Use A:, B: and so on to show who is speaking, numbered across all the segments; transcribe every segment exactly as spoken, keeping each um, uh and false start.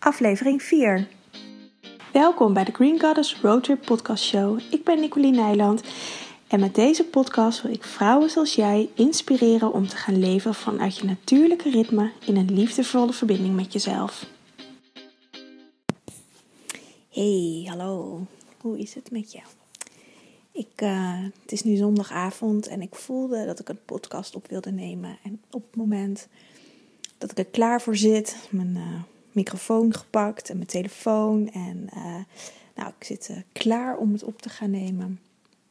A: aflevering vier. Welkom bij de Green Goddess Roadtrip podcast show. Ik ben Nicolien Nijland en met deze podcast wil ik vrouwen zoals jij inspireren om te gaan leven vanuit je natuurlijke ritme in een liefdevolle verbinding met jezelf. Hey, hallo. Hoe is het met jou? Ik, uh, het is nu zondagavond en ik voelde dat ik een podcast op wilde nemen. En op het moment dat ik er klaar voor zit, mijn uh, microfoon gepakt en mijn telefoon. En uh, nou, ik zit uh, klaar om het op te gaan nemen.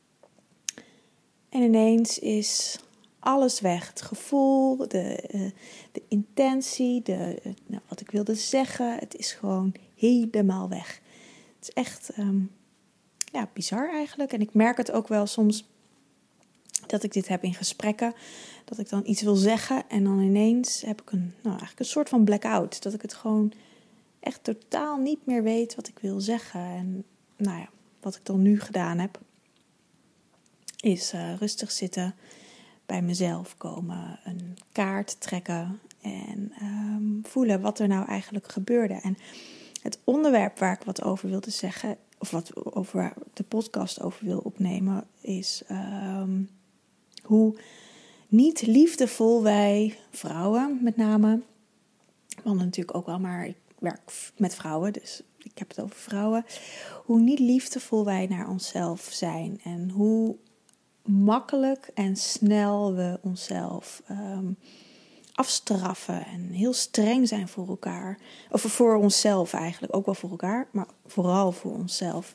A: En ineens is alles weg. Het gevoel, de, uh, de intentie, de, uh, nou, wat ik wilde zeggen. Het is gewoon helemaal weg. Het is echt... Um, Ja, bizar eigenlijk. En ik merk het ook wel soms dat ik dit heb in gesprekken. Dat ik dan iets wil zeggen en dan ineens heb ik een, nou eigenlijk een soort van blackout. Dat ik het gewoon echt totaal niet meer weet wat ik wil zeggen. En nou ja, wat ik dan nu gedaan heb, is uh, rustig zitten, bij mezelf komen, een kaart trekken en um, voelen wat er nou eigenlijk gebeurde. En het onderwerp waar ik wat over wilde zeggen, of wat over de podcast over wil opnemen, is um, hoe niet liefdevol wij vrouwen met name, want natuurlijk ook wel, maar ik werk met vrouwen, dus ik heb het over vrouwen, hoe niet liefdevol wij naar onszelf zijn en hoe makkelijk en snel we onszelf um, afstraffen en heel streng zijn voor elkaar. Of voor onszelf eigenlijk, ook wel voor elkaar, maar vooral voor onszelf.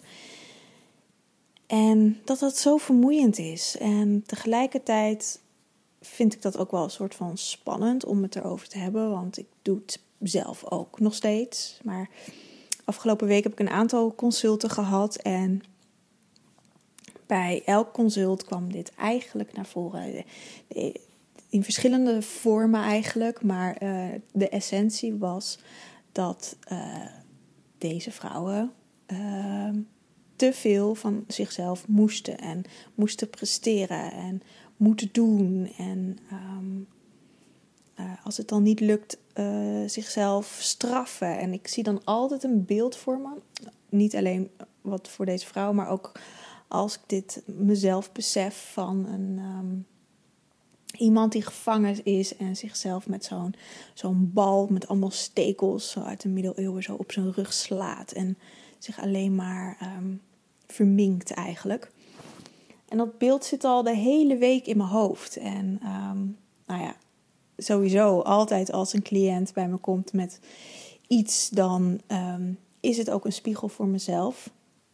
A: En dat dat zo vermoeiend is. En tegelijkertijd vind ik dat ook wel een soort van spannend om het erover te hebben. Want ik doe het zelf ook nog steeds. Maar afgelopen week heb ik een aantal consulten gehad. En bij elk consult kwam dit eigenlijk naar voren. De, In verschillende vormen eigenlijk, maar uh, de essentie was dat uh, deze vrouwen uh, te veel van zichzelf moesten en moesten presteren en moeten doen. En um, uh, als het dan niet lukt, uh, zichzelf straffen. En ik zie dan altijd een beeld voor me, niet alleen wat voor deze vrouw, maar ook als ik dit mezelf besef van een... Um, Iemand die gevangen is en zichzelf met zo'n, zo'n bal met allemaal stekels zo uit de middeleeuwen zo op zijn rug slaat. En zich alleen maar um, verminkt eigenlijk. En dat beeld zit al de hele week in mijn hoofd. En um, nou ja, sowieso altijd als een cliënt bij me komt met iets, dan um, is het ook een spiegel voor mezelf.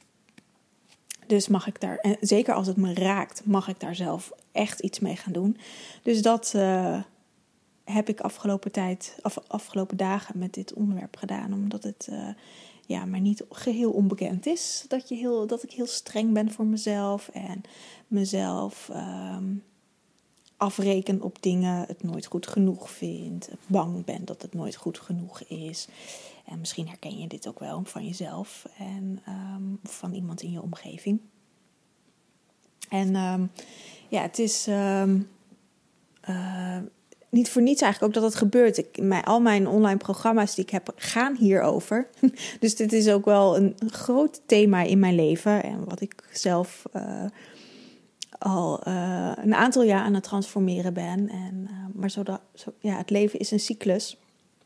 A: Dus mag ik daar, en zeker als het me raakt, mag ik daar zelf echt iets mee gaan doen. Dus dat uh, heb ik afgelopen tijd, af, afgelopen dagen met dit onderwerp gedaan. Omdat het uh, ja, mij niet geheel onbekend is. Dat, je heel, dat ik heel streng ben voor mezelf. En mezelf um, afreken op dingen, het nooit goed genoeg vind. Bang ben dat het nooit goed genoeg is. En misschien herken je dit ook wel van jezelf en um, van iemand in je omgeving. En um, ja, het is um, uh, niet voor niets eigenlijk ook dat het gebeurt. Ik, mijn, al mijn online programma's die ik heb gaan hierover. Dus dit is ook wel een groot thema in mijn leven. En wat ik zelf uh, al uh, een aantal jaar aan het transformeren ben. En, uh, maar zo dat, zo, ja, het leven is een cyclus.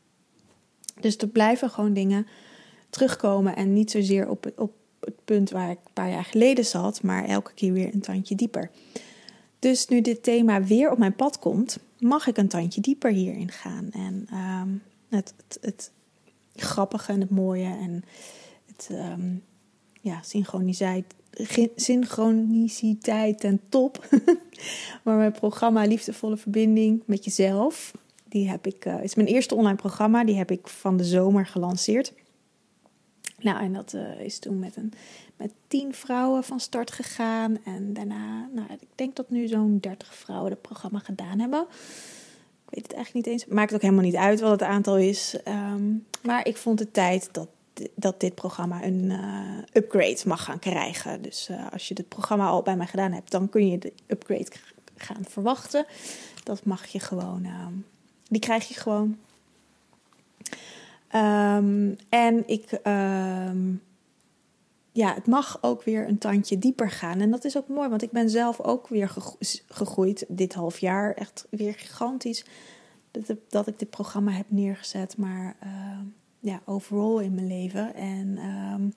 A: Dus er blijven gewoon dingen terugkomen en niet zozeer op het, op het punt waar ik een paar jaar geleden zat, maar elke keer weer een tandje dieper. Dus nu dit thema weer op mijn pad komt, mag ik een tandje dieper hierin gaan. En um, het, het, het grappige en het mooie en het um, ja, synchronisiteit, synchroniciteit ten top. Maar mijn programma Liefdevolle Verbinding met Jezelf, die heb ik, uh, is mijn eerste online programma, die heb ik van de zomer gelanceerd. Nou, en dat uh, is toen met, een, met tien vrouwen van start gegaan. En daarna, nou, ik denk dat nu zo'n dertig vrouwen het programma gedaan hebben. Ik weet het eigenlijk niet eens. Maakt ook helemaal niet uit wat het aantal is. Um, maar ik vond het tijd dat, dat dit programma een uh, upgrade mag gaan krijgen. Dus uh, als je het programma al bij mij gedaan hebt, dan kun je de upgrade gaan verwachten. Dat mag je gewoon, uh, die krijg je gewoon. Um, en ik, um, ja, het mag ook weer een tandje dieper gaan. En dat is ook mooi, want ik ben zelf ook weer gego- gegroeid dit half jaar. Echt weer gigantisch dat, dat ik dit programma heb neergezet. Maar uh, ja, overal in mijn leven. En um,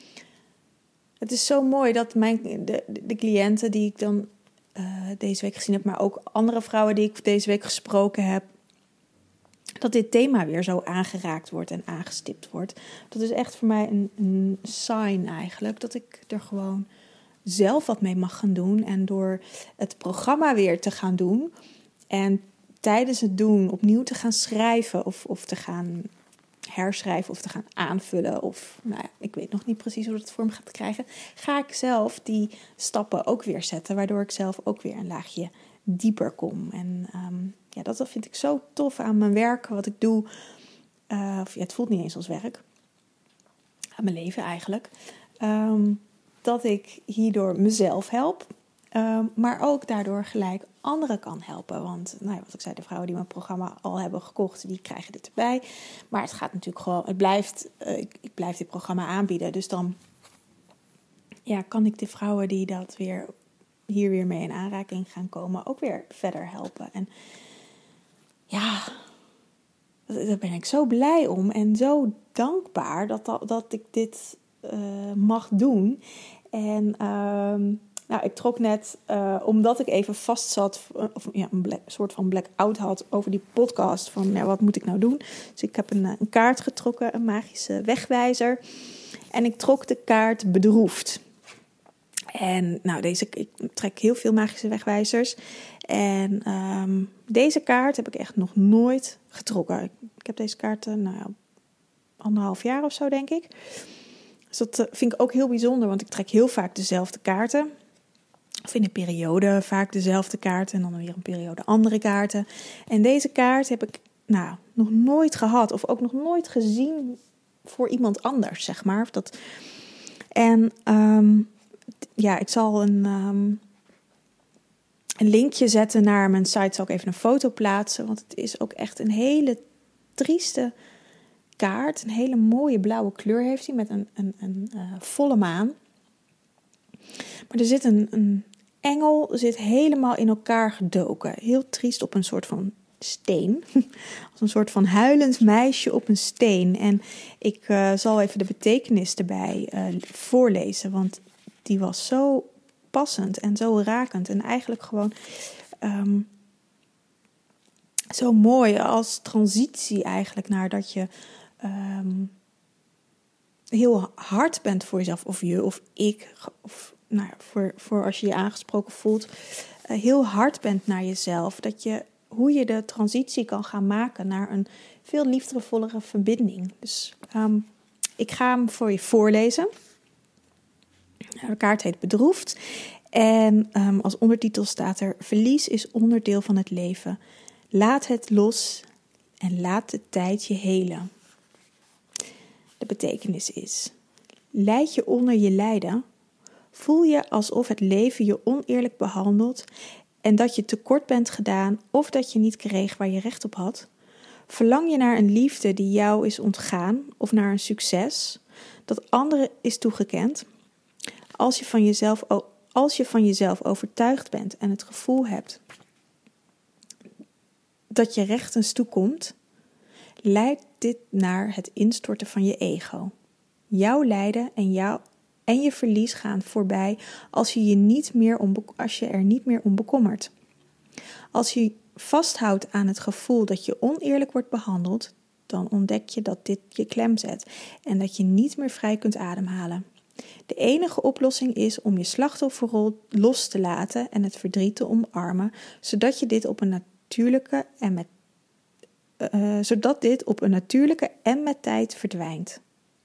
A: het is zo mooi dat mijn, de, de cliënten die ik dan uh, deze week gezien heb, maar ook andere vrouwen die ik deze week gesproken heb, dat dit thema weer zo aangeraakt wordt en aangestipt wordt. Dat is echt voor mij een, een sign eigenlijk, dat ik er gewoon zelf wat mee mag gaan doen. En door het programma weer te gaan doen en tijdens het doen opnieuw te gaan schrijven of, of te gaan herschrijven of te gaan aanvullen, of nou ja, ik weet nog niet precies hoe dat vorm gaat krijgen, ga ik zelf die stappen ook weer zetten, waardoor ik zelf ook weer een laagje dieper kom. En um, ja, dat vind ik zo tof aan mijn werk, wat ik doe. Uh, of, ja, het voelt niet eens als werk. Aan mijn leven eigenlijk. Um, dat ik hierdoor mezelf help. Um, maar ook daardoor gelijk anderen kan helpen. Want nou ja, wat ik zei, de vrouwen die mijn programma al hebben gekocht, die krijgen dit erbij. Maar het gaat natuurlijk gewoon, het blijft, uh, ik, ik blijf dit programma aanbieden. Dus dan ja, kan ik de vrouwen die dat weer hier weer mee in aanraking gaan komen, ook weer verder helpen. En ja, daar ben ik zo blij om en zo dankbaar dat, dat, dat ik dit uh, mag doen. En uh, nou, ik trok net, uh, omdat ik even vast zat, of ja, een black, soort van blackout had over die podcast, van ja, wat moet ik nou doen? Dus ik heb een, een kaart getrokken, een magische wegwijzer. En ik trok de kaart bedroefd. En nou, deze, ik trek heel veel magische wegwijzers. En um, deze kaart heb ik echt nog nooit getrokken. Ik heb deze kaart, uh, nou ja, anderhalf jaar of zo, denk ik. Dus dat uh, vind ik ook heel bijzonder, want ik trek heel vaak dezelfde kaarten. Of in een periode vaak dezelfde kaarten en dan weer een periode andere kaarten. En deze kaart heb ik nou, nog nooit gehad of ook nog nooit gezien voor iemand anders, zeg maar. Of dat... En um, ja, ik zal een, um, een linkje zetten naar mijn site. Zal ik even een foto plaatsen, want het is ook echt een hele trieste kaart. Een hele mooie blauwe kleur heeft hij met een, een, een uh, volle maan. Maar er zit een, een engel, zit helemaal in elkaar gedoken. Heel triest op een soort van steen. Als een soort van huilend meisje op een steen. En ik uh, zal even de betekenis erbij uh, voorlezen, want die was zo passend en zo rakend. En eigenlijk gewoon um, zo mooi als transitie eigenlijk naar dat je um, heel hard bent voor jezelf. Of je of ik. Of nou ja, voor, voor als je je aangesproken voelt. Uh, heel hard bent naar jezelf. Dat je, hoe je de transitie kan gaan maken naar een veel liefdevollere verbinding. Dus um, ik ga hem voor je voorlezen. De kaart heet Bedroefd. En um, als ondertitel staat er: verlies is onderdeel van het leven. Laat het los en laat de tijd je helen. De betekenis is: lijd je onder je lijden? Voel je alsof het leven je oneerlijk behandelt en dat je tekort bent gedaan of dat je niet kreeg waar je recht op had? Verlang je naar een liefde die jou is ontgaan of naar een succes dat anderen is toegekend? Als je van jezelf, als je van jezelf overtuigd bent en het gevoel hebt dat je rechtens toekomt, leidt dit naar het instorten van je ego. Jouw lijden en, jouw, en je verlies gaan voorbij als je, je niet meer om, als je er niet meer om bekommert. Als je vasthoudt aan het gevoel dat je oneerlijk wordt behandeld, dan ontdek je dat dit je klem zet en dat je niet meer vrij kunt ademhalen. De enige oplossing is om je slachtofferrol los te laten en het verdriet te omarmen, zodat je dit op een natuurlijke en met, uh, zodat dit op een natuurlijke en met tijd verdwijnt.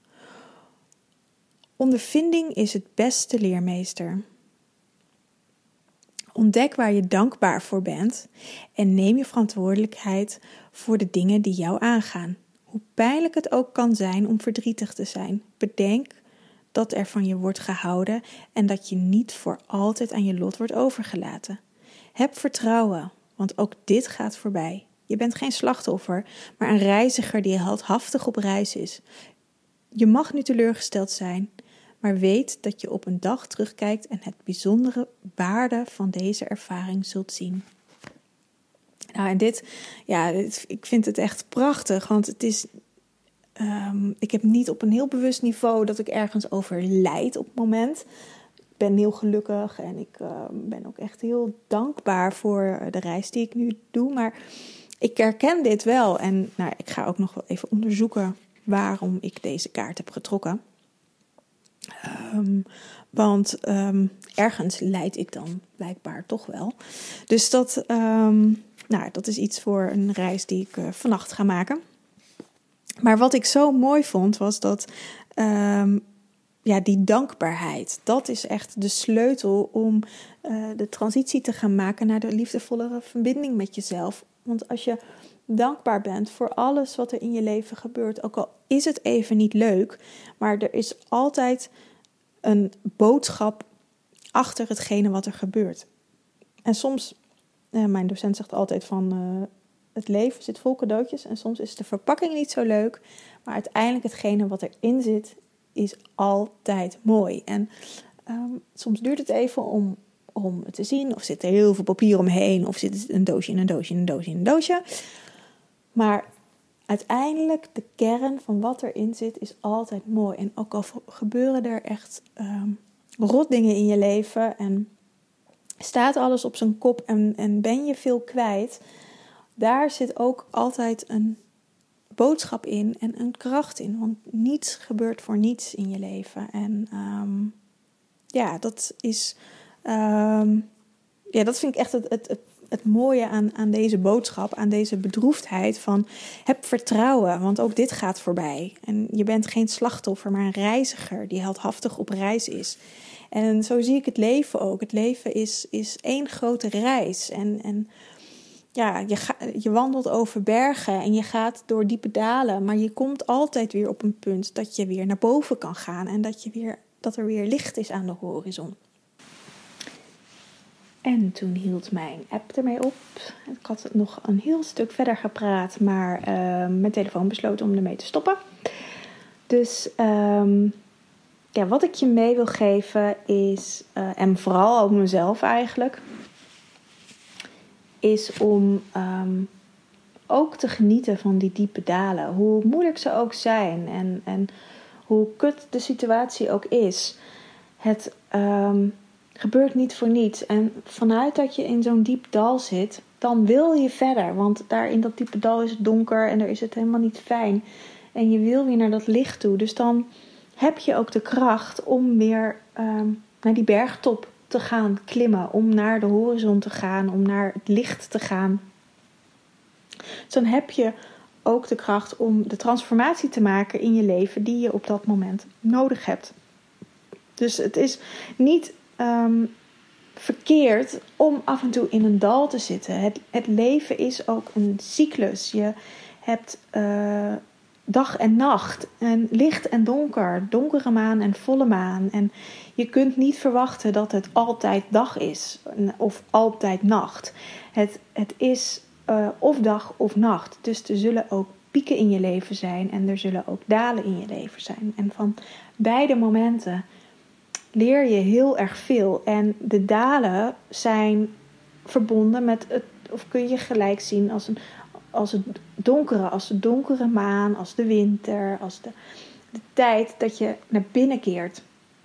A: Ondervinding is het beste leermeester. Ontdek waar je dankbaar voor bent en neem je verantwoordelijkheid voor de dingen die jou aangaan. Hoe pijnlijk het ook kan zijn om verdrietig te zijn, bedenk dat er van je wordt gehouden en dat je niet voor altijd aan je lot wordt overgelaten. Heb vertrouwen, want ook dit gaat voorbij. Je bent geen slachtoffer, maar een reiziger die heldhaftig op reis is. Je mag nu teleurgesteld zijn, maar weet dat je op een dag terugkijkt en het bijzondere waarde van deze ervaring zult zien. Nou, en dit, ja, dit, ik vind het echt prachtig, want het is, um, ik heb niet op een heel bewust niveau dat ik ergens over lijd op het moment. Ik ben heel gelukkig en ik uh, ben ook echt heel dankbaar voor de reis die ik nu doe, maar ik herken dit wel en nou, ik ga ook nog wel even onderzoeken waarom ik deze kaart heb getrokken. Um, want um, ergens lijd ik dan blijkbaar toch wel. Dus dat, um, nou, dat is iets voor een reis die ik uh, vannacht ga maken. Maar wat ik zo mooi vond was dat um, ja, die dankbaarheid, dat is echt de sleutel om uh, de transitie te gaan maken naar de liefdevollere verbinding met jezelf. Want als je dankbaar bent voor alles wat er in je leven gebeurt, ook al is het even niet leuk, maar er is altijd een boodschap achter hetgene wat er gebeurt. En soms, eh, mijn docent zegt altijd van, uh, het leven zit vol cadeautjes en soms is de verpakking niet zo leuk, maar uiteindelijk hetgene wat erin zit, is altijd mooi. En um, soms duurt het even om, om het te zien, of zit er heel veel papier omheen, of zit het een doosje in een doosje in een doosje in een doosje. Maar uiteindelijk, de kern van wat erin zit, is altijd mooi. En ook al gebeuren er echt um, rotdingen in je leven en staat alles op zijn kop en, en ben je veel kwijt, daar zit ook altijd een boodschap in en een kracht in. Want niets gebeurt voor niets in je leven. En um, ja, dat is, um, ja, dat vind ik echt het, het, het Het mooie aan, aan deze boodschap, aan deze bedroefdheid van heb vertrouwen, want ook dit gaat voorbij. En je bent geen slachtoffer, maar een reiziger die heldhaftig op reis is. En zo zie ik het leven ook. Het leven is, is één grote reis. En, en ja, je, ga, je wandelt over bergen en je gaat door diepe dalen, maar je komt altijd weer op een punt dat je weer naar boven kan gaan en dat, je weer, dat er weer licht is aan de horizon. En toen hield mijn app ermee op. Ik had nog een heel stuk verder gepraat, maar uh, mijn telefoon besloten om ermee te stoppen. Dus um, ja, wat ik je mee wil geven is, uh, en vooral ook mezelf eigenlijk, is om um, ook te genieten van die diepe dalen. Hoe moeilijk ze ook zijn en, en hoe kut de situatie ook is. Het Um, gebeurt niet voor niets. En vanuit dat je in zo'n diep dal zit, dan wil je verder. Want daar in dat diepe dal is het donker en er is het helemaal niet fijn. En je wil weer naar dat licht toe. Dus dan heb je ook de kracht om weer um, naar die bergtop te gaan klimmen. Om naar de horizon te gaan. Om naar het licht te gaan. Dus dan heb je ook de kracht om de transformatie te maken in je leven die je op dat moment nodig hebt. Dus het is niet Um, verkeerd om af en toe in een dal te zitten. Het, het leven is ook een cyclus. Je hebt uh, dag en nacht en licht en donker, donkere maan en volle maan. En je kunt niet verwachten dat het altijd dag is of altijd nacht. Het, het is uh, of dag of nacht. Dus er zullen ook pieken in je leven zijn en er zullen ook dalen in je leven zijn. En van beide momenten leer je heel erg veel. En de dalen zijn verbonden met het, of kun je gelijk zien als, een, als het donkere, als de donkere maan, als de winter, als de, de tijd dat je naar binnen keert.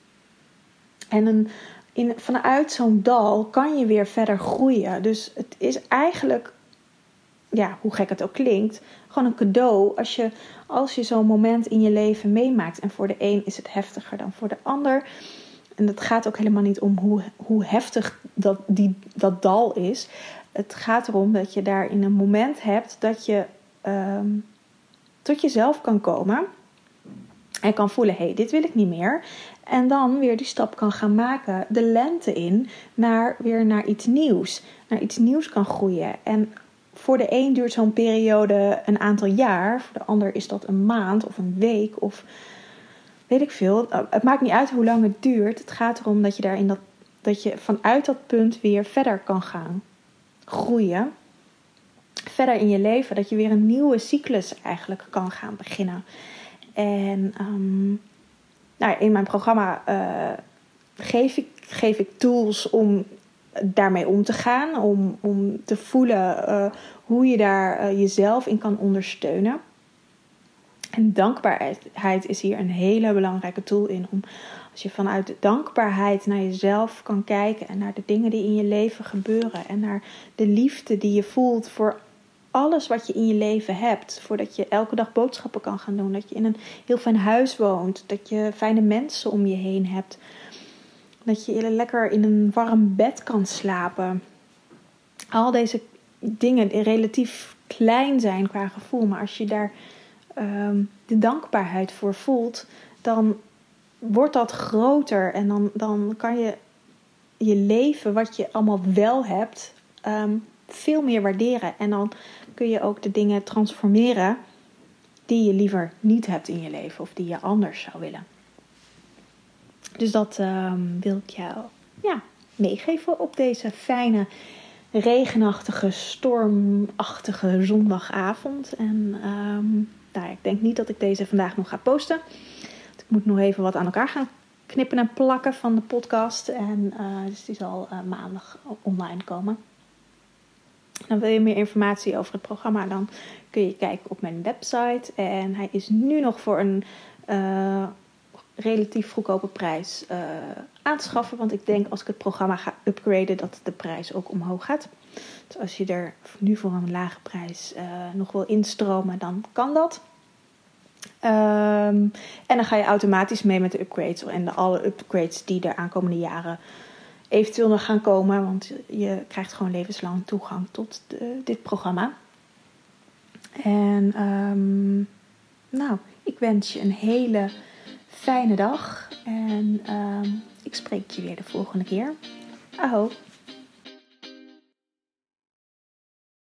A: En een, in, vanuit zo'n dal kan je weer verder groeien. Dus het is eigenlijk, ja, hoe gek het ook klinkt, gewoon een cadeau als je, als je zo'n moment in je leven meemaakt. En voor de een is het heftiger dan voor de ander. En het gaat ook helemaal niet om hoe, hoe heftig dat, die, dat dal is. Het gaat erom dat je daar in een moment hebt dat je um, tot jezelf kan komen. En kan voelen, hé, hey, dit wil ik niet meer. En dan weer die stap kan gaan maken, de lente in, naar, weer naar iets nieuws. Naar iets nieuws kan groeien. En voor de een duurt zo'n periode een aantal jaar. Voor de ander is dat een maand of een week of weet ik veel. Het maakt niet uit hoe lang het duurt. Het gaat erom dat je, daar in dat, dat je vanuit dat punt weer verder kan gaan groeien. verder in je leven. Dat je weer een nieuwe cyclus eigenlijk kan gaan beginnen. En um, nou, in mijn programma uh, geef, ik, geef ik tools om daarmee om te gaan. Om, om te voelen uh, hoe je daar uh, jezelf in kan ondersteunen. En dankbaarheid is hier een hele belangrijke tool in. Om, als je vanuit de dankbaarheid naar jezelf kan kijken. En naar de dingen die in je leven gebeuren. En naar de liefde die je voelt voor alles wat je in je leven hebt. Voordat je elke dag boodschappen kan gaan doen. Dat je in een heel fijn huis woont. Dat je fijne mensen om je heen hebt. Dat je lekker in een warm bed kan slapen. Al deze dingen die relatief klein zijn qua gevoel. Maar als je daar um, de dankbaarheid voor voelt. Dan wordt dat groter. En dan, dan kan je je leven wat je allemaal wel hebt. Um, veel meer waarderen. En dan kun je ook de dingen transformeren die je liever niet hebt in je leven. Of die je anders zou willen. Dus dat um, wil ik jou ja, meegeven op deze fijne, regenachtige, stormachtige zondagavond. En um, nou, ik denk niet dat ik deze vandaag nog ga posten. Ik moet nog even wat aan elkaar gaan knippen en plakken van de podcast. En uh, dus die zal uh, maandag online komen. Dan wil je meer informatie over het programma, dan kun je kijken op mijn website. En hij is nu nog voor een uh, relatief goedkope prijs uh, aan te schaffen. Want ik denk als ik het programma ga upgraden, dat de prijs ook omhoog gaat. Dus als je er nu voor een lage prijs uh, nog wil instromen, dan kan dat. Um, en dan ga je automatisch mee met de upgrades. En de alle upgrades die de aankomende jaren eventueel nog gaan komen. Want je krijgt gewoon levenslang toegang tot de, dit programma. En um, nou, ik wens je een hele fijne dag. En um, ik spreek je weer de volgende keer. Aho.